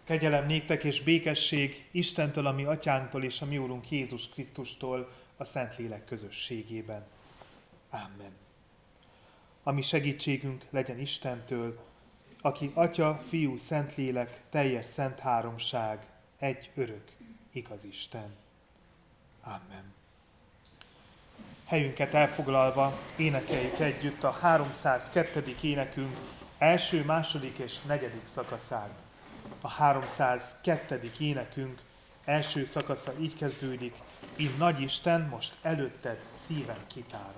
Kegyelem néktek és békesség Istentől, a mi atyánktól és a mi Úrunk Jézus Krisztustól a Szentlélek közösségében. Amen. A mi segítségünk legyen Istentől, aki Atya, Fiú, Szentlélek, teljes szent háromság, egy örök, igaz Isten. Amen. Helyünket elfoglalva énekeljük együtt a 302. énekünk első, második és negyedik szakaszát. A 302. énekünk első szakasza így kezdődik: Én nagy Isten, most előtted szívem kitárom.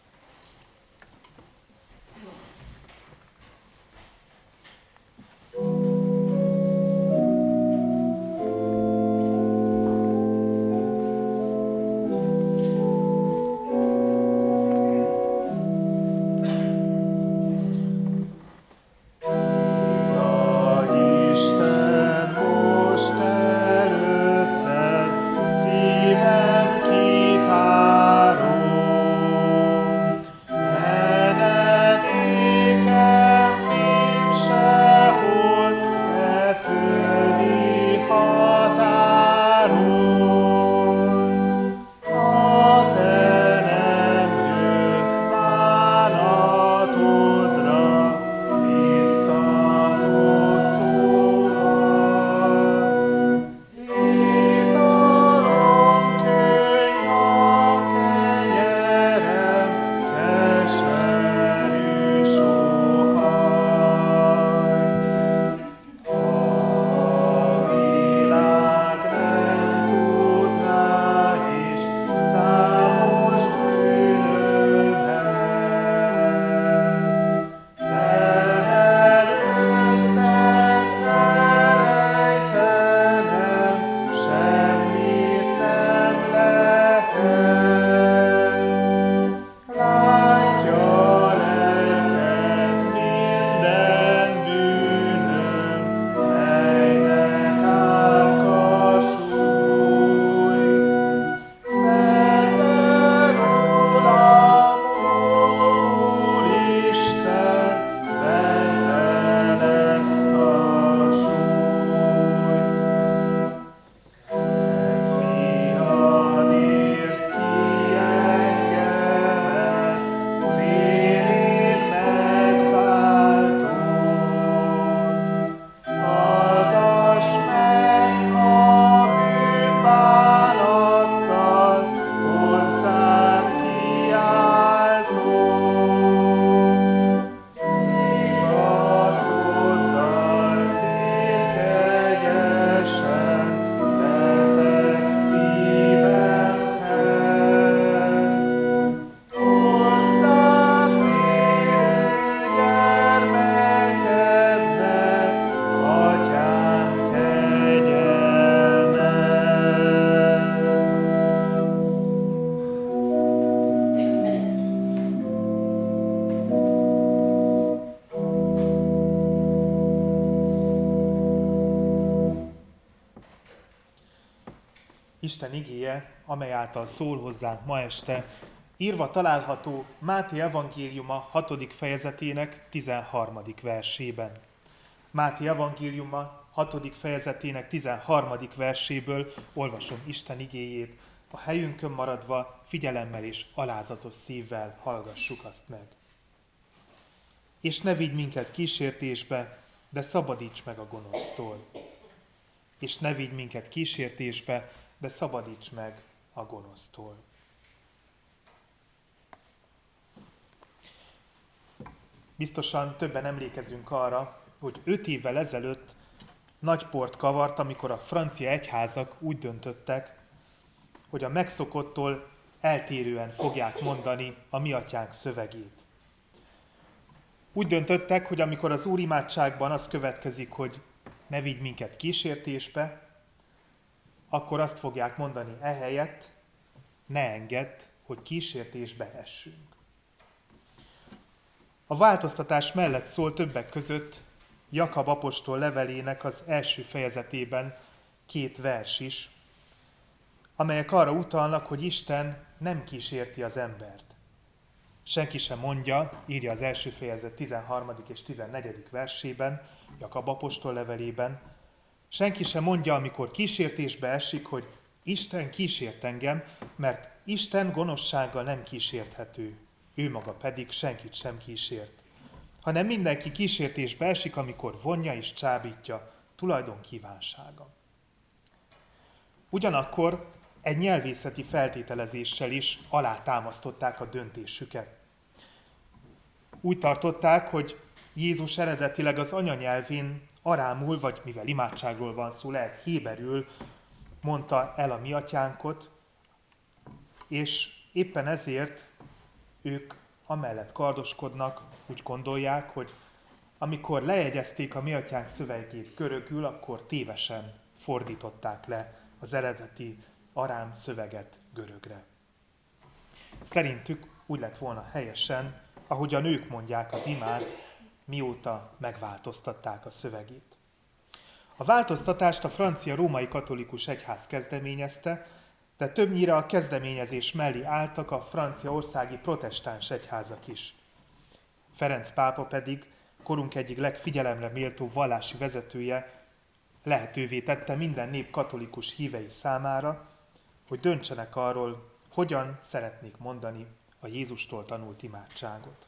Isten igéje, amely által szól hozzánk ma este, írva található Máté evangéliuma 6. fejezetének 13. versében. Máté evangéliuma 6. fejezetének 13. verséből olvasom Isten igéjét, a helyünkön maradva figyelemmel és alázatos szívvel hallgassuk azt meg. És ne vigy minket kísértésbe, de szabadíts meg a gonosztól. És ne vigy minket kísértésbe, de szabadíts meg a gonosztól. Biztosan többen emlékezünk arra, hogy 5 évvel ezelőtt nagy port kavart, amikor a francia egyházak úgy döntöttek, hogy a megszokottól eltérően fogják mondani a mi atyánk szövegét. Úgy döntöttek, hogy amikor az úrimádságban az következik, hogy ne vigy minket kísértésbe, akkor azt fogják mondani ehelyett, ne engedd, hogy kísértésbe essünk. A változtatás mellett szól többek között Jakab apostol levelének az első fejezetében 2 vers is, amelyek arra utalnak, hogy Isten nem kísérti az embert. Senki sem mondja, írja az első fejezet 13. és 14. versében, Jakab apostol levelében, Senki sem mondja, amikor kísértésbe esik, hogy Isten kísért engem, mert Isten gonoszsággal nem kísérthető, ő maga pedig senkit sem kísért. Hanem mindenki kísértésbe esik, amikor vonja és csábítja tulajdon kívánsága. Ugyanakkor egy nyelvészeti feltételezéssel is alátámasztották a döntésüket. Úgy tartották, hogy Jézus eredetileg az anyanyelvén arámul, vagy mivel imádságról van szó, lehet héberül mondta el a mi atyánkot, és éppen ezért ők amellett kardoskodnak, úgy gondolják, hogy amikor lejegyezték a mi atyánk szövegét görögül, akkor tévesen fordították le az eredeti arám szöveget görögre. Szerintük úgy lett volna helyesen, ahogy a nők mondják az imát, mióta megváltoztatták a szövegét. A változtatást a francia római katolikus egyház kezdeményezte, de többnyire a kezdeményezés mellé álltak a franciaországi protestáns egyházak is. Ferenc pápa pedig, korunk egyik legfigyelemre méltó vallási vezetője, lehetővé tette minden nép katolikus hívei számára, hogy döntsenek arról, hogyan szeretnék mondani a Jézustól tanult imádságot.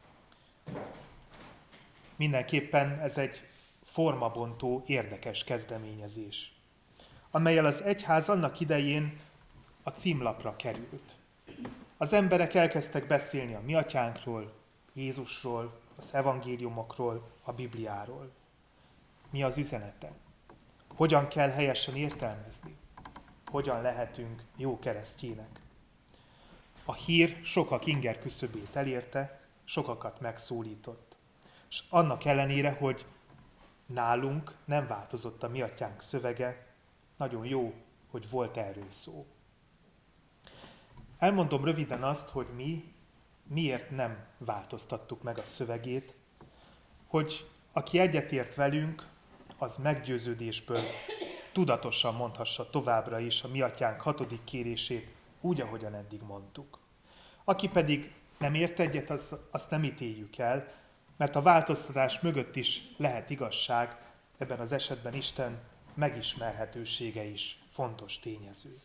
Mindenképpen ez egy formabontó, érdekes kezdeményezés, amellyel az egyház annak idején a címlapra került. Az emberek elkezdtek beszélni a mi atyánkról, Jézusról, az evangéliumokról, a Bibliáról. Mi az üzenete? Hogyan kell helyesen értelmezni? Hogyan lehetünk jó keresztjének? A hír sokak inger küszöbét elérte, sokakat megszólított. És annak ellenére, hogy nálunk nem változott a mi atyánk szövege, nagyon jó, hogy volt erről szó. Elmondom röviden azt, hogy mi miért nem változtattuk meg a szövegét, hogy aki egyetért velünk, az meggyőződésből tudatosan mondhassa továbbra is a mi atyánk 6. kérését, úgy, ahogyan eddig mondtuk. Aki pedig nem ért egyet, azt nem ítéljük el, mert a változtatás mögött is lehet igazság, ebben az esetben Isten megismerhetősége is fontos tényező.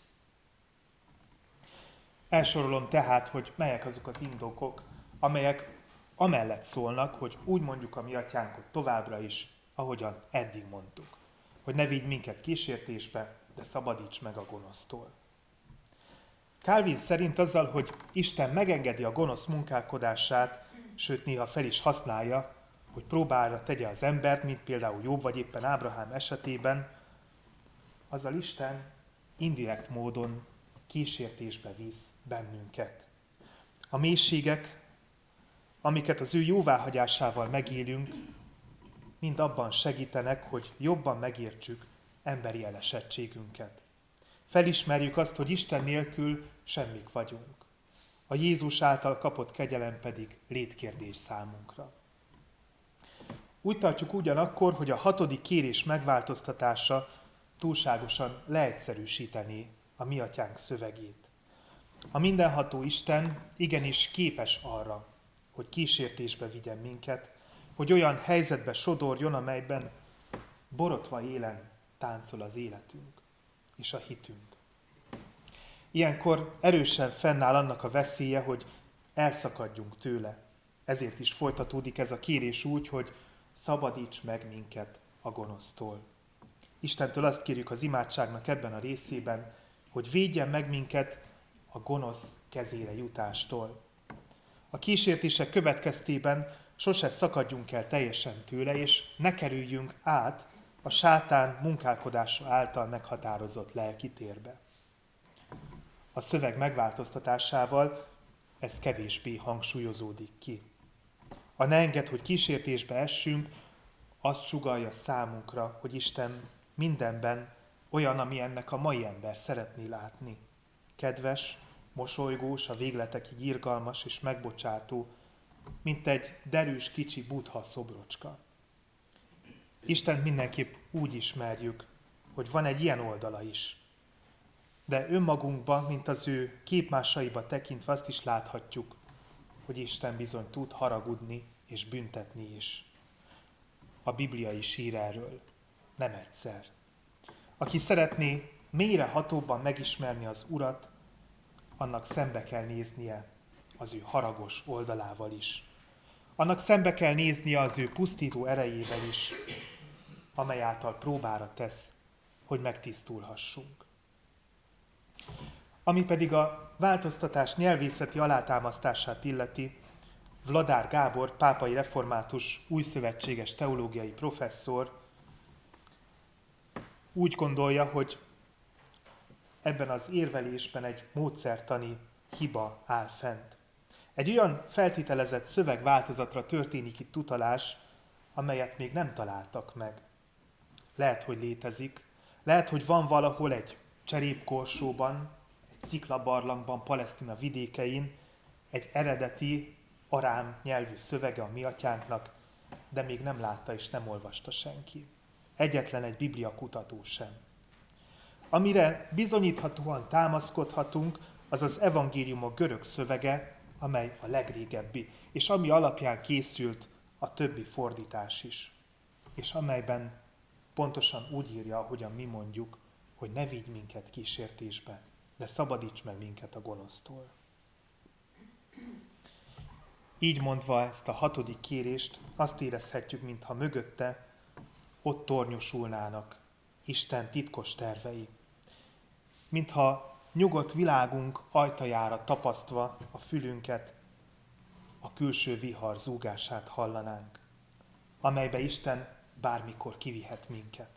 Elsorolom tehát, hogy melyek azok az indokok, amelyek amellett szólnak, hogy úgy mondjuk a mi atyánkot továbbra is, ahogyan eddig mondtuk. Hogy ne vigy minket kísértésbe, de szabadíts meg a gonosztól. Calvin szerint azzal, hogy Isten megengedi a gonosz munkálkodását, sőt néha fel is használja, hogy próbára tegye az embert, mint például Jobb vagy éppen Ábrahám esetében, azzal Isten indirekt módon kísértésbe visz bennünket. A mélységek, amiket az ő jóváhagyásával megélünk, mind abban segítenek, hogy jobban megértsük emberi elesettségünket. Felismerjük azt, hogy Isten nélkül semmik vagyunk. A Jézus által kapott kegyelem pedig létkérdés számunkra. Úgy tartjuk ugyanakkor, hogy a 6. kérés megváltoztatása túlságosan leegyszerűsítené a mi atyánk szövegét. A mindenható Isten igenis képes arra, hogy kísértésbe vigyen minket, hogy olyan helyzetbe sodorjon, amelyben borotva élen táncol az életünk és a hitünk. Ilyenkor erősen fennáll annak a veszélye, hogy elszakadjunk tőle. Ezért is folytatódik ez a kérés úgy, hogy szabadíts meg minket a gonosztól. Istentől azt kérjük az imádságnak ebben a részében, hogy védjen meg minket a gonosz kezére jutástól. A kísértések következtében sose szakadjunk el teljesen tőle, és ne kerüljünk át a sátán munkálkodása által meghatározott lelkitérbe. A szöveg megváltoztatásával ez kevésbé hangsúlyozódik ki. A ne engedd, hogy kísértésbe essünk, azt sugallja számunkra, hogy Isten mindenben olyan, ami ennek a mai ember szeretné látni. Kedves, mosolygós, a végletekig irgalmas és megbocsátó, mint egy derűs kicsi Buddha szobrocska. Istent mindenképp úgy ismerjük, hogy van egy ilyen oldala is. De önmagunkban, mint az ő képmásaiba tekintve azt is láthatjuk, hogy Isten bizony tud haragudni és büntetni is. A Biblia is ír erről, nem egyszer. Aki szeretné mélyre hatóbban megismerni az Urat, annak szembe kell néznie az ő haragos oldalával is. Annak szembe kell néznie az ő pusztító erejével is, amely által próbára tesz, hogy megtisztulhassunk. Ami pedig a változtatás nyelvészeti alátámasztását illeti, Vladár Gábor, pápai református, újszövetséges teológiai professzor úgy gondolja, hogy ebben az érvelésben egy módszertani hiba áll fent. Egy olyan feltételezett szövegváltozatra történik itt utalás, amelyet még nem találtak meg. Lehet, hogy létezik, lehet, hogy van valahol egy cserépkorsóban, egy sziklabarlangban, Palesztina vidékein egy eredeti arám nyelvű szövege a mi atyánknak, de még nem látta és nem olvasta senki. Egyetlen egy biblia kutató sem. Amire bizonyíthatóan támaszkodhatunk, az az evangéliumok görög szövege, amely a legrégebbi, és ami alapján készült a többi fordítás is, és amelyben pontosan úgy írja, ahogyan mi mondjuk, hogy ne vigy minket kísértésbe, de szabadíts meg minket a gonosztól. Így mondva ezt a 6. kérést, azt érezhetjük, mintha mögötte ott tornyosulnának Isten titkos tervei. Mintha nyugodt világunk ajtajára tapasztva a fülünket, a külső vihar zúgását hallanánk, amelybe Isten bármikor kivihet minket.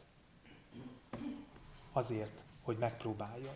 Azért, hogy megpróbáljon.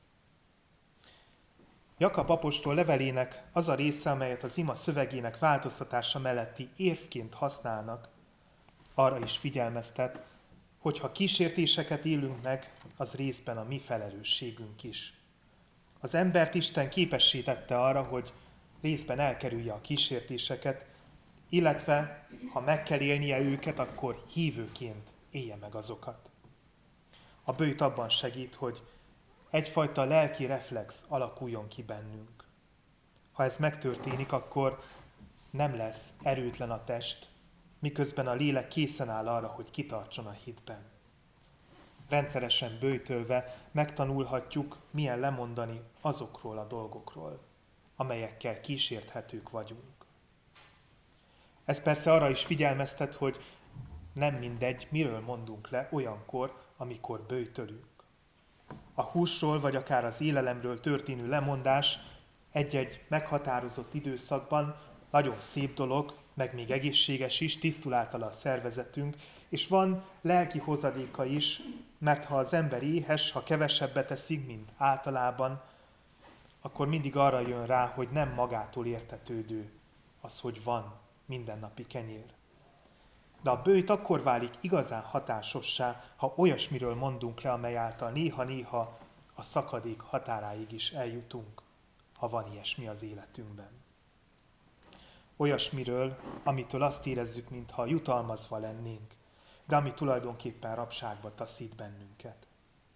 Jakab apostol levelének az a része, amelyet az ima szövegének változtatása melletti érvként használnak, arra is figyelmeztet, hogy ha kísértéseket élünk meg, az részben a mi felelősségünk is. Az embert Isten képessé tette arra, hogy részben elkerülje a kísértéseket, illetve ha meg kell élnie őket, akkor hívőként élje meg azokat. A böjt abban segít, hogy egyfajta lelki reflex alakuljon ki bennünk. Ha ez megtörténik, akkor nem lesz erőtlen a test, miközben a lélek készen áll arra, hogy kitartson a hitben. Rendszeresen böjtölve megtanulhatjuk, milyen lemondani azokról a dolgokról, amelyekkel kísérthetők vagyunk. Ez persze arra is figyelmeztet, hogy nem mindegy, miről mondunk le olyankor, amikor böjtölünk. A húsról vagy akár az élelemről történő lemondás egy-egy meghatározott időszakban nagyon szép dolog, meg még egészséges is, tisztul általa a szervezetünk, és van lelki hozadéka is, mert ha az ember éhes, ha kevesebbet eszik, mint általában, akkor mindig arra jön rá, hogy nem magától értetődő az, hogy van mindennapi kenyér. De a böjt akkor válik igazán hatásossá, ha olyasmiről mondunk le, amely által néha-néha a szakadék határáig is eljutunk, ha van ilyesmi az életünkben. Olyasmiről, amitől azt érezzük, mintha jutalmazva lennénk, de ami tulajdonképpen rabságba taszít bennünket.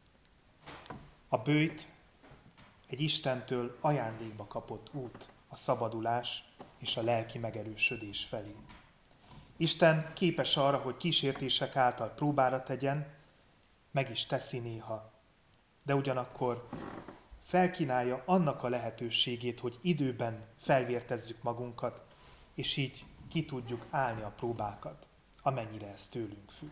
A böjt egy Istentől ajándékba kapott út, a szabadulás és a lelki megerősödés felé. Isten képes arra, hogy kísértések által próbára tegyen, meg is teszi néha, de ugyanakkor felkínálja annak a lehetőségét, hogy időben felvértezzük magunkat, és így ki tudjuk állni a próbákat, amennyire ez tőlünk függ.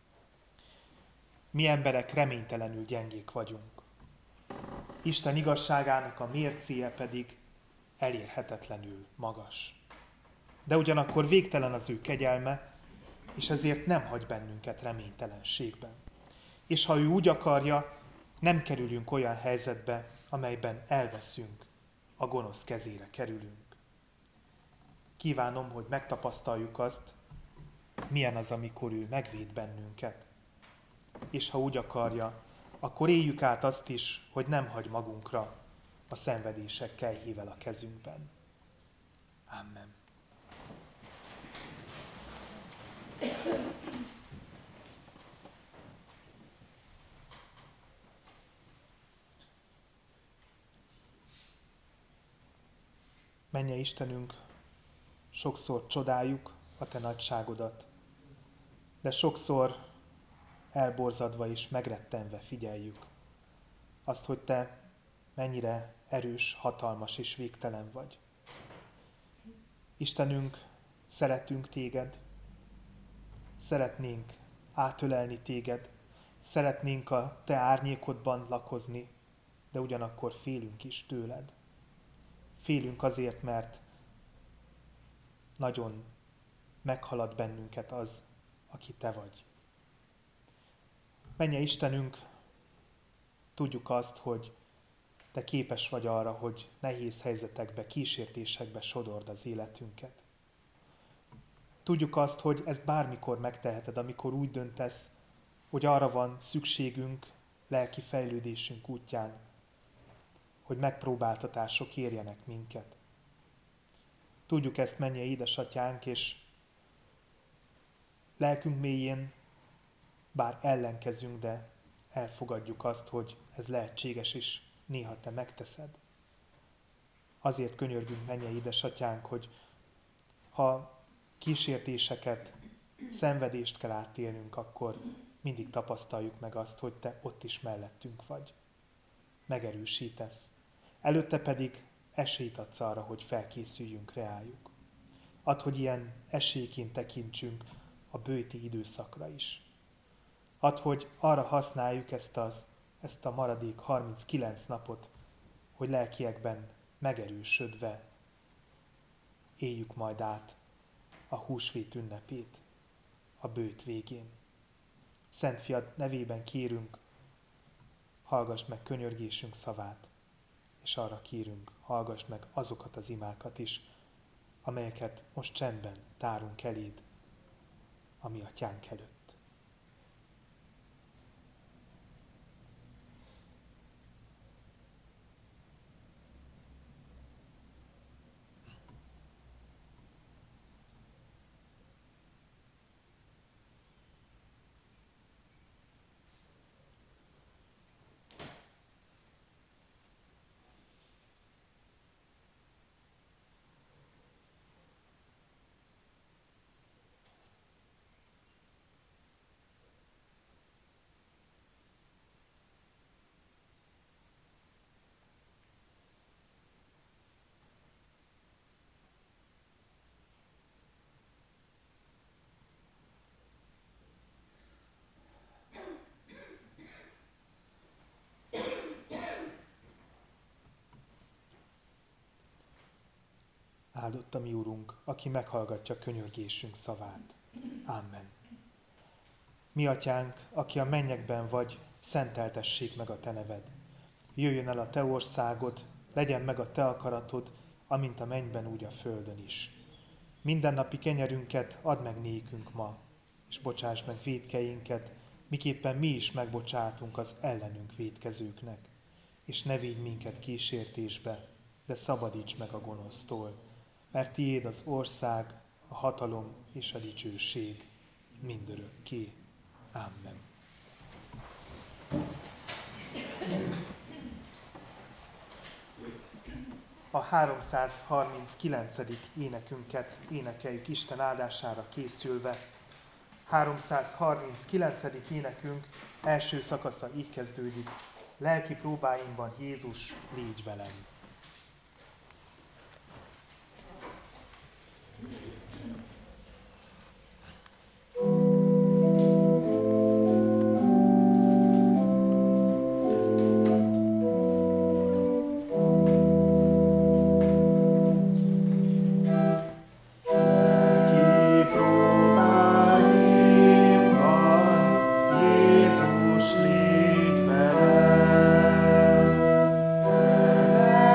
Mi emberek reménytelenül gyengék vagyunk. Isten igazságának a mércéje pedig elérhetetlenül magas. De ugyanakkor végtelen az ő kegyelme, és ezért nem hagy bennünket reménytelenségben. És ha ő úgy akarja, nem kerülünk olyan helyzetbe, amelyben elveszünk, a gonosz kezére kerülünk. Kívánom, hogy megtapasztaljuk azt, milyen az, amikor ő megvéd bennünket. És ha úgy akarja, akkor éljük át azt is, hogy nem hagy magunkra a szenvedések kelyhével a kezünkben. Amen. Mennyei Istenünk, sokszor csodáljuk a Te nagyságodat, de sokszor elborzadva és megrettenve figyeljük azt, hogy te mennyire erős, hatalmas és végtelen vagy. Istenünk, szeretünk téged, szeretnénk átölelni téged, szeretnénk a te árnyékodban lakozni, de ugyanakkor félünk is tőled. Félünk azért, mert nagyon meghalad bennünket az, aki te vagy. Menje Istenünk, tudjuk azt, hogy te képes vagy arra, hogy nehéz helyzetekbe, kísértésekbe sodord az életünket. Tudjuk azt, hogy ezt bármikor megteheted, amikor úgy döntesz, hogy arra van szükségünk lelki fejlődésünk útján, hogy megpróbáltatások érjenek minket. Tudjuk ezt, mennyei édesatyánk, és lelkünk mélyén, bár ellenkezünk, de elfogadjuk azt, hogy ez lehetséges, és néha te megteszed. Azért könyörgünk, mennyei édesatyánk, hogy ha kísértéseket, szenvedést kell átélnünk, akkor mindig tapasztaljuk meg azt, hogy te ott is mellettünk vagy. Megerősítesz. Előtte pedig esélyt adsz arra, hogy felkészüljünk reájuk. Add, hogy ilyen esélyként tekintsünk a bőti időszakra is. Add, hogy arra használjuk ezt a maradék 39 napot, hogy lelkiekben megerősödve éljük majd át a húsvét ünnepét a bőt végén. Szent Fiad nevében kérünk, hallgass meg könyörgésünk szavát, és arra kérünk, hallgass meg azokat az imákat is, amelyeket most csendben tárunk eléd, a mi atyánk előtt. Áldott a mi Urunk, aki meghallgatja könyörgésünk szavát. Amen. Mi atyánk, aki a mennyekben vagy, szenteltessék meg a te neved. Jöjjön el a te országod, legyen meg a te akaratod, amint a mennyben, úgy a földön is. Mindennapi kenyerünket add meg nékünk ma, és bocsáss meg vétkeinket, miképpen mi is megbocsátunk az ellenünk vétkezőknek. És ne vigy minket kísértésbe, de szabadíts meg a gonosztól, mert tiéd az ország, a hatalom és a dicsőség mindörökké. Amen. A 339. énekünket énekeljük Isten áldására készülve. 339. énekünk első szakasza így kezdődik. Lelki próbáimban Jézus, légy velem! Jézus, légy velem!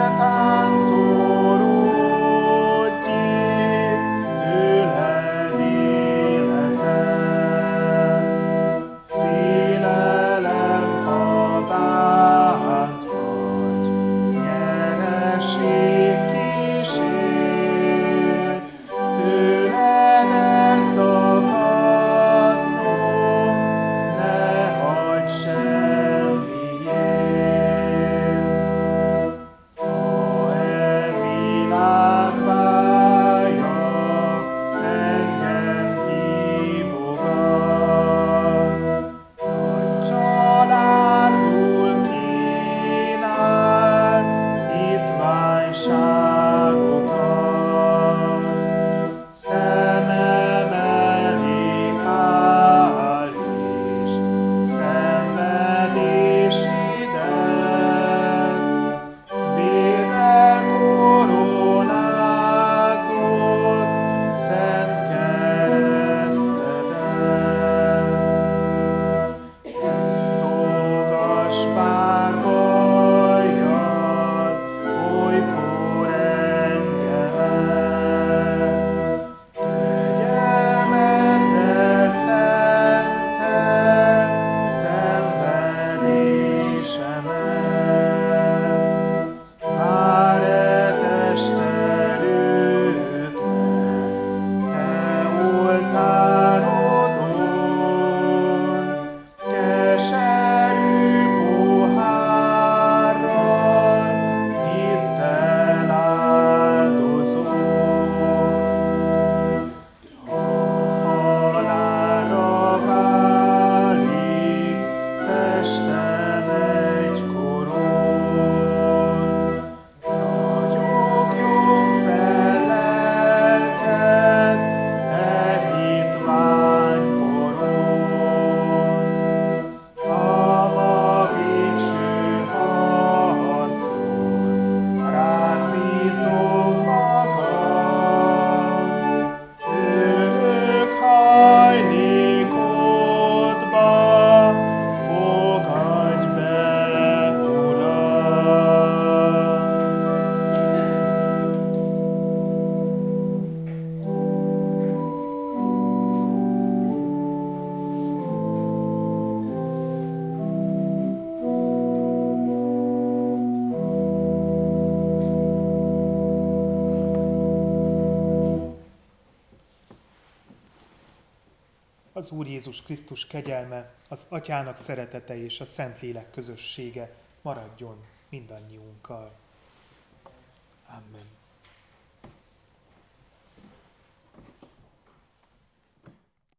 az Úr Jézus Krisztus kegyelme, az Atyának szeretete és a Szentlélek közössége maradjon mindannyiunkkal. Amen.